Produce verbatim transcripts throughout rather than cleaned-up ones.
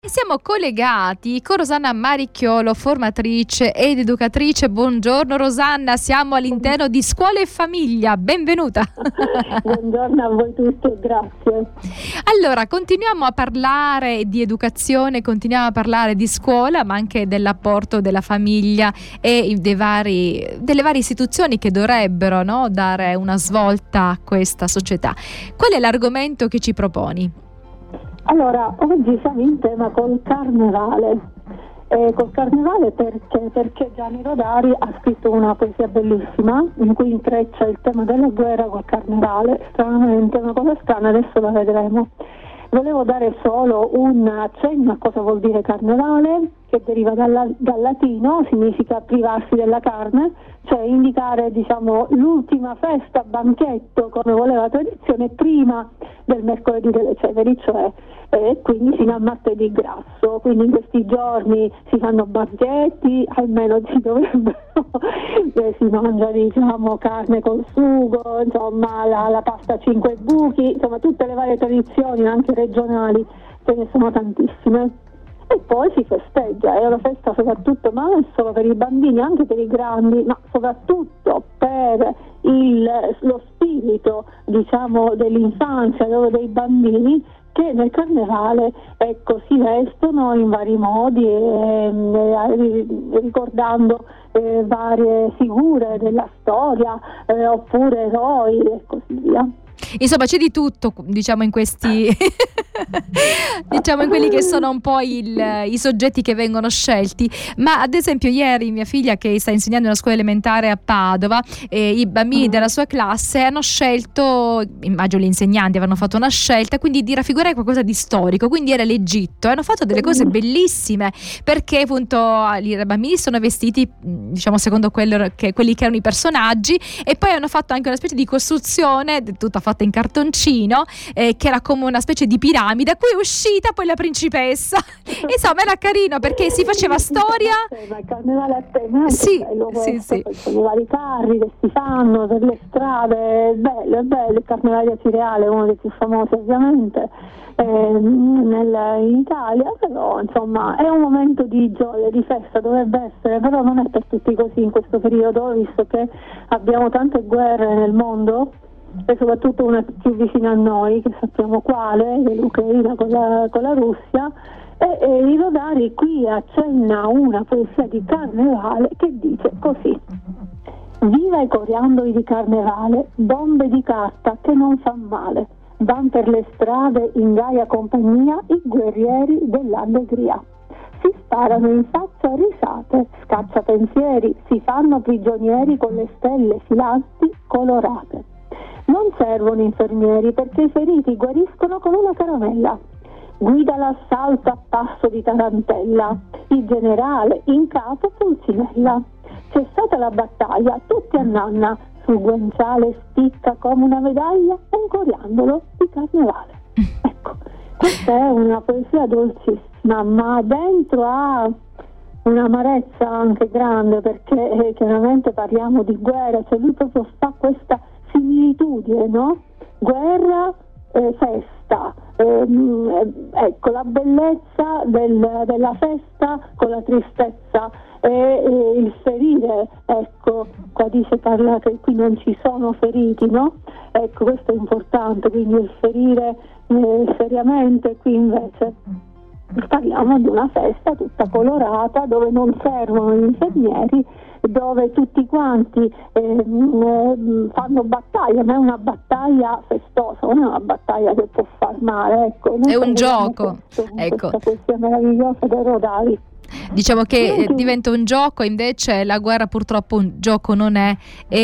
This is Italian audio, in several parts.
Siamo collegati con Rosanna Maricchiolo, formatrice ed educatrice. Buongiorno Rosanna, siamo all'interno di Scuola e Famiglia, benvenuta. Buongiorno a voi tutti, grazie. Allora, continuiamo a parlare di educazione, continuiamo a parlare di scuola, ma anche dell'apporto della famiglia e dei vari, delle varie istituzioni che dovrebbero, no, dare una svolta a questa società. Qual è l'argomento che ci proponi? Allora, oggi siamo in tema col carnevale. Eh, col carnevale perché? Perché Gianni Rodari ha scritto una poesia bellissima in cui intreccia il tema della guerra col carnevale. Stranamente, una cosa strana, adesso la vedremo. Volevo dare solo un accenno a cosa vuol dire carnevale, che deriva dalla, dal latino, significa privarsi della carne, cioè indicare, diciamo, l'ultima festa, banchetto, come voleva la tradizione, prima del mercoledì delle ceneri, cioè e quindi fino a martedì grasso. Quindi in questi giorni si fanno banchetti, almeno si dovrebbero, si mangia, diciamo, carne col sugo, insomma la, la pasta a cinque buchi, insomma tutte le varie tradizioni anche regionali, ce ne sono tantissime. E poi si festeggia, è una festa soprattutto, ma non solo per i bambini, anche per i grandi, ma soprattutto per il, lo spirito, diciamo, dell'infanzia, dei bambini, che nel carnevale, ecco, si vestono in vari modi, eh, eh, ricordando eh, varie figure della storia, eh, oppure eroi e così via. Insomma, c'è di tutto, diciamo, in questi diciamo in quelli che sono un po' il, i soggetti che vengono scelti. Ma ad esempio ieri mia figlia, che sta insegnando in una scuola elementare a Padova, eh, i bambini della sua classe hanno scelto, immagino gli insegnanti avevano fatto una scelta, quindi di raffigurare qualcosa di storico, quindi era l'Egitto, e hanno fatto delle cose bellissime, perché appunto i bambini sono vestiti, diciamo, secondo quello che, quelli che erano i personaggi, e poi hanno fatto anche una specie di costruzione tutta fatta in cartoncino, eh, che era come una specie di piramide, a cui è uscita poi la principessa. Insomma, era carino perché si faceva storia. Ma il carnevale a tema, sì, bello, sì, sì. Poi sono i vari carri che si fanno per le strade, è bello, è bello. Il carnevale a Cireale è uno dei più famosi, ovviamente, eh, nel, in Italia, però insomma è un momento di gioia, di festa, dovrebbe essere, però non è per tutti così in questo periodo, visto che abbiamo tante guerre nel mondo, e soprattutto una più vicina a noi, che sappiamo quale, l'Ucraina con la, con la Russia, e, e Rodari qui accenna una poesia di carnevale che dice così: viva i coriandoli di carnevale, bombe di carta che non fan male, van per le strade in gaia compagnia i guerrieri dell'allegria. Si sparano in faccia risate, scacciapensieri, si fanno prigionieri con le stelle filanti colorate. Non servono infermieri perché i feriti guariscono con una caramella. Guida l'assalto a passo di tarantella, il generale in capo Pulcinella. Cessata la battaglia, tutti a nanna, sul guanciale spicca come una medaglia un coriandolo di carnevale. Ecco, questa è una poesia dolcissima, ma dentro ha un'amarezza anche grande, perché eh, chiaramente parliamo di guerra, cioè lui proprio fa questa similitudine, no? Guerra, eh, festa, ehm, ecco la bellezza del, della festa con la tristezza e, e il ferire, ecco, qua dice, parla che qui non ci sono feriti, no? Ecco, questo è importante, quindi il ferire eh, seriamente, qui invece parliamo di una festa tutta colorata, dove non servono gli infermieri, dove tutti quanti eh, fanno battaglia, ma è una battaglia festosa, non è una battaglia che può far male, ecco. È un gioco, questo, ecco. Questa poesia meravigliosa dei Rodari. Diciamo che diventa un gioco, invece la guerra purtroppo un gioco non è,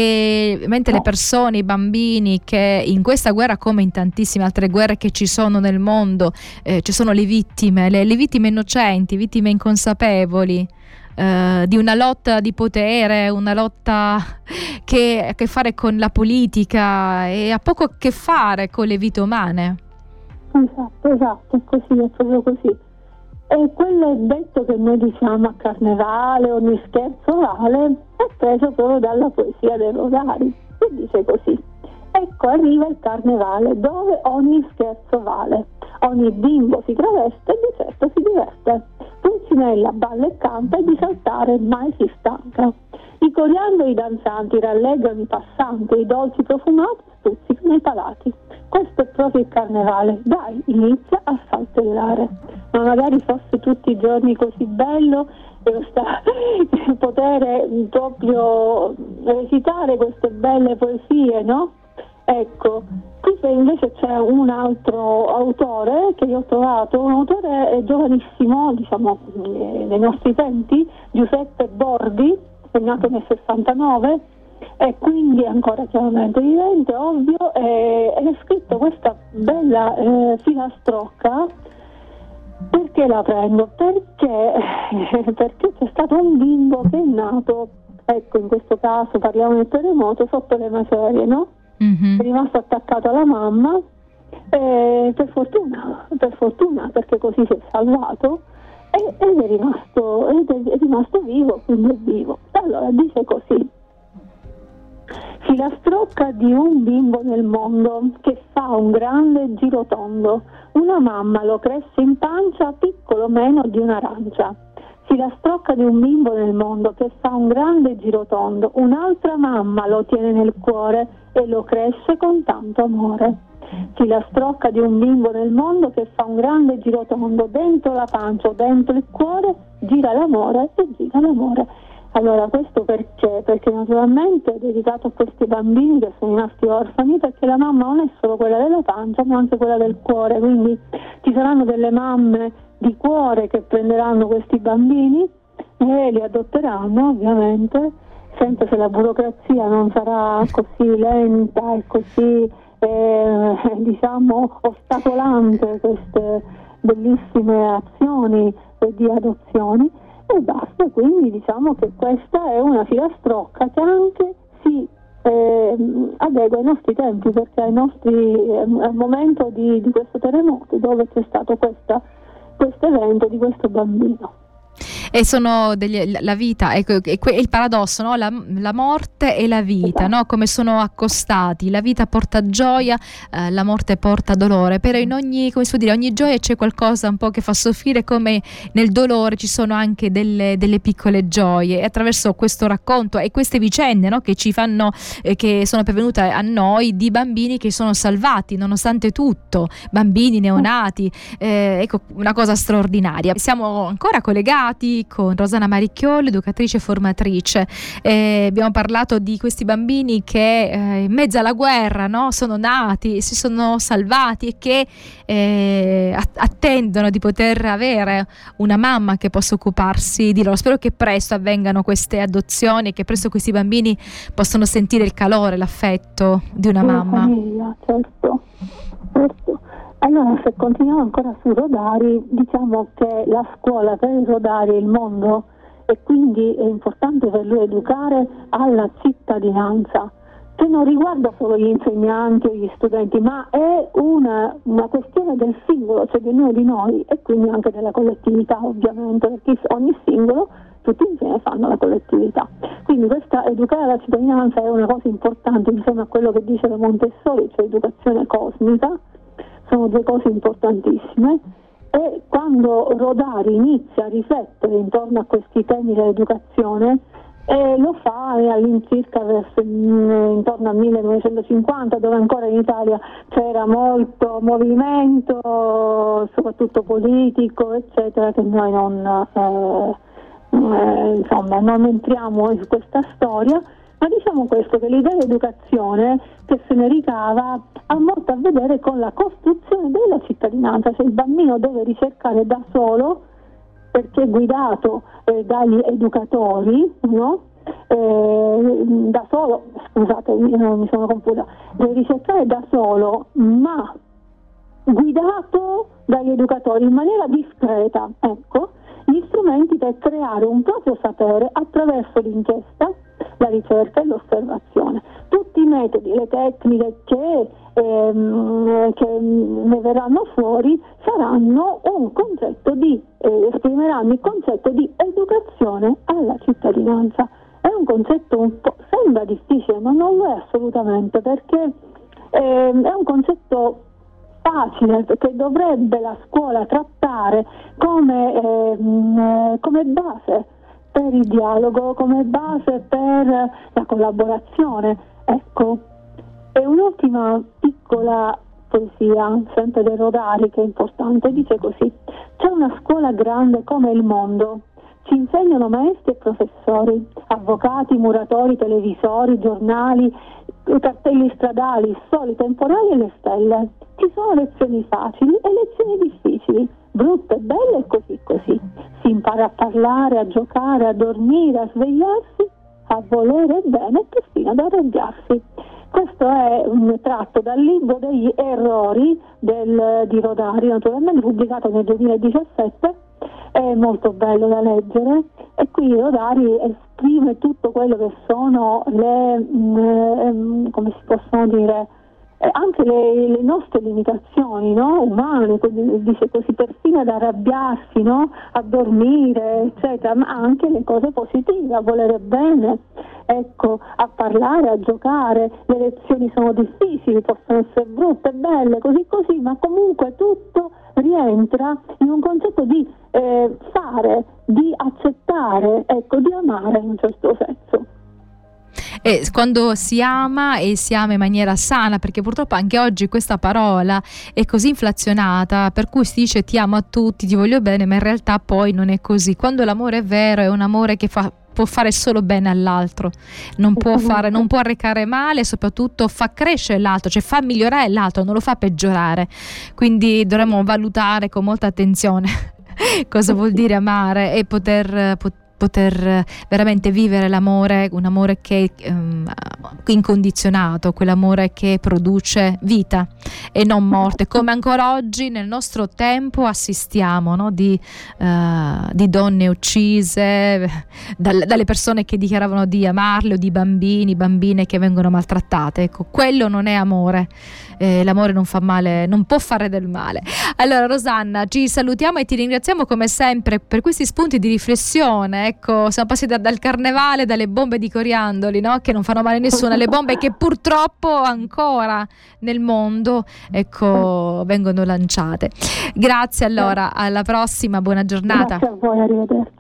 e mentre no. Le persone, i bambini, che in questa guerra, come in tantissime altre guerre che ci sono nel mondo, eh, ci sono le vittime, le, le vittime innocenti, vittime inconsapevoli, eh, di una lotta di potere, una lotta che ha a che fare con la politica e ha poco a che fare con le vite umane. Esatto, esatto, è così, è proprio così. E quello è detto che noi diciamo a carnevale, ogni scherzo vale, è preso proprio dalla poesia dei Rodari, che dice così: ecco arriva il carnevale dove ogni scherzo vale, Ogni bimbo si traveste e di certo si diverte. Pulcinella balla e canta e di saltare mai si stanca. I coriandoli danzanti rallegrano i passanti e i dolci profumati stuzzicano i palati. Questo è proprio il carnevale, dai, inizia a saltellare. Ma magari fosse tutti i giorni così bello e poter proprio recitare queste belle poesie, no? Ecco, qui invece c'è un altro autore che io ho trovato, un autore giovanissimo, diciamo, nei nostri tempi, Giuseppe Bordi, è nato nel sessantanove e quindi è ancora chiaramente vivente, ovvio, e, e ha scritto questa bella eh, filastrocca. Perché la prendo? Perché, perché c'è stato un bimbo che è nato, ecco, in questo caso parliamo del terremoto, sotto le macerie, no? Mm-hmm. È rimasto attaccato alla mamma e per fortuna, per fortuna perché così si è salvato e, ed, è rimasto, ed è, è rimasto vivo, quindi è vivo. Allora dice così: filastrocca di un bimbo nel mondo che fa un grande giro tondo, una mamma lo cresce in pancia piccolo meno di un'arancia. Filastrocca di un bimbo nel mondo che fa un grande giro tondo, un'altra mamma lo tiene nel cuore e lo cresce con tanto amore. Filastrocca di un bimbo nel mondo che fa un grande giro tondo, dentro la pancia o dentro il cuore gira l'amore e gira l'amore. Allora questo perché? Perché naturalmente è dedicato a questi bambini che sono rimasti orfani, perché la mamma non è solo quella della pancia ma anche quella del cuore, quindi ci saranno delle mamme di cuore che prenderanno questi bambini e li adotteranno, ovviamente, sempre se la burocrazia non sarà così lenta e così eh, diciamo ostacolante queste bellissime azioni di adozioni. E basta, quindi diciamo che questa è una filastrocca che anche si eh, adegua ai nostri tempi, perché ai nostri, eh, al momento di, di questo terremoto, dove c'è stato questo evento di questo bambino. E sono degli, la vita, ecco, è il paradosso, no? la, la morte e la vita, esatto. No? Come sono accostati, la vita porta gioia, eh, la morte porta dolore, però in ogni, come si può dire, ogni gioia c'è qualcosa un po' che fa soffrire, come nel dolore ci sono anche delle, delle piccole gioie, e attraverso questo racconto e queste vicende, no? Che ci fanno, eh, che sono pervenute a noi, di bambini che sono salvati nonostante tutto, bambini neonati, eh, ecco, una cosa straordinaria. Siamo ancora collegati con Rosanna Maricchiolo, educatrice e formatrice. Eh, abbiamo parlato di questi bambini che eh, in mezzo alla guerra, no, sono nati, si sono salvati e che eh, attendono di poter avere una mamma che possa occuparsi di loro. Spero che presto avvengano queste adozioni e che presto questi bambini possano sentire il calore, l'affetto di una mamma. Famiglia, certo, certo. Allora, se continuiamo ancora su Rodari, diciamo che la scuola per Rodari è il mondo e quindi è importante per lui educare alla cittadinanza, che non riguarda solo gli insegnanti o gli studenti, ma è una, una questione del singolo, cioè di ognuno di noi e quindi anche della collettività, ovviamente, perché ogni singolo, tutti insieme fanno la collettività. Quindi questa educare alla cittadinanza è una cosa importante insieme a quello che dice la Montessori, cioè educazione cosmica. Sono due cose importantissime e quando Rodari inizia a riflettere intorno a questi temi dell'educazione eh, lo fa all'incirca verso intorno al millenovecentocinquanta, dove ancora in Italia c'era molto movimento, soprattutto politico, eccetera, che noi non, eh, eh, insomma, non entriamo in questa storia. Ma diciamo questo, che l'idea di educazione che se ne ricava ha molto a vedere con la costruzione della cittadinanza, cioè il bambino deve ricercare da solo, perché è guidato eh, dagli educatori, no? Eh, da solo, scusate, mi sono confusa, deve ricercare da solo, ma guidato dagli educatori in maniera discreta, ecco, gli strumenti per creare un proprio sapere attraverso l'inchiesta, la ricerca e l'osservazione. Tutti i metodi, le tecniche che, ehm, che ne verranno fuori saranno un concetto di, eh, esprimeranno il concetto di educazione alla cittadinanza. È un concetto un po', sembra difficile, ma non lo è assolutamente, perché ehm, è un concetto facile, che dovrebbe la scuola trattare come, eh, come base per il dialogo, come base per la collaborazione. Ecco, e un'ultima piccola poesia, sempre dei Rodari, che è importante, dice così: c'è una scuola grande come il mondo, ci insegnano maestri e professori, avvocati, muratori, televisori, giornali, cartelli stradali, soli temporali e le stelle. Ci sono lezioni facili e lezioni difficili, brutte, belle e così così. Si impara a parlare, a giocare, a dormire, a svegliarsi, a volere bene e perfino ad arrabbiarsi. Questo è un tratto dal libro degli errori del, di Rodari, naturalmente pubblicato nel duemiladiciassette, è molto bello da leggere, e qui Rodari esprime tutto quello che sono le, mh, come si possono dire, eh, anche le, le nostre limitazioni, no? Umane, dice così, persino ad arrabbiarsi, no? A dormire, eccetera, ma anche le cose positive, a volere bene, ecco, a parlare, a giocare. Le lezioni sono difficili, possono essere brutte, belle, così così, ma comunque tutto rientra in un concetto di eh, fare, di accettare, ecco, di amare in un certo senso. E quando si ama, e si ama in maniera sana, perché purtroppo anche oggi questa parola è così inflazionata, per cui si dice ti amo a tutti, ti voglio bene, ma in realtà poi non è così. Quando l'amore è vero, è un amore che fa può fare solo bene all'altro, non può fare, non può arrecare male, e soprattutto fa crescere l'altro, cioè fa migliorare l'altro, non lo fa peggiorare. Quindi dovremmo valutare con molta attenzione cosa vuol dire amare e poter, pot- poter veramente vivere l'amore, un amore che è um, incondizionato, quell'amore che produce vita e non morte, come ancora oggi nel nostro tempo assistiamo, no? di, uh, di donne uccise dal, dalle persone che dichiaravano di amarle, o di bambini, bambine che vengono maltrattate. Ecco, quello non è amore. Eh, l'amore non fa male, non può fare del male. Allora Rosanna, ci salutiamo e ti ringraziamo come sempre per questi spunti di riflessione. Ecco, siamo passati da, dal carnevale, dalle bombe di coriandoli, no? Che non fanno male a nessuno, le bombe che purtroppo ancora nel mondo, ecco, vengono lanciate. Grazie allora, alla prossima, buona giornata. Grazie a voi, arrivederci.